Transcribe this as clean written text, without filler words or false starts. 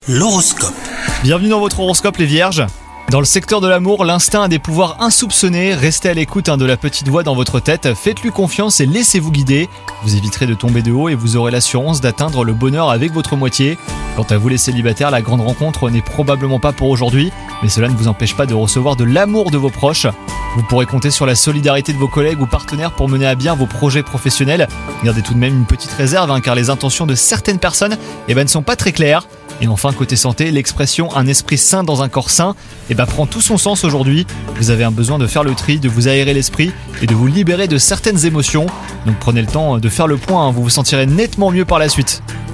L'horoscope. Bienvenue dans votre horoscope les vierges. Dans le secteur de l'amour, l'instinct a des pouvoirs insoupçonnés. Restez à l'écoute de la petite voix dans votre tête. Faites-lui confiance et laissez-vous guider. Vous éviterez de tomber de haut et vous aurez l'assurance d'atteindre le bonheur avec votre moitié. Quant à vous les célibataires, la grande rencontre n'est probablement pas pour aujourd'hui. Mais cela ne vous empêche pas de recevoir de l'amour de vos proches. Vous pourrez compter sur la solidarité de vos collègues ou partenaires pour mener à bien vos projets professionnels. Gardez tout de même une petite réserve car les intentions de certaines personnes ne sont pas très claires. Et enfin, côté santé, l'expression « un esprit sain dans un corps sain » prend tout son sens aujourd'hui. Vous avez un besoin de faire le tri, de vous aérer l'esprit et de vous libérer de certaines émotions. Donc prenez le temps de faire le point, vous vous sentirez nettement mieux par la suite.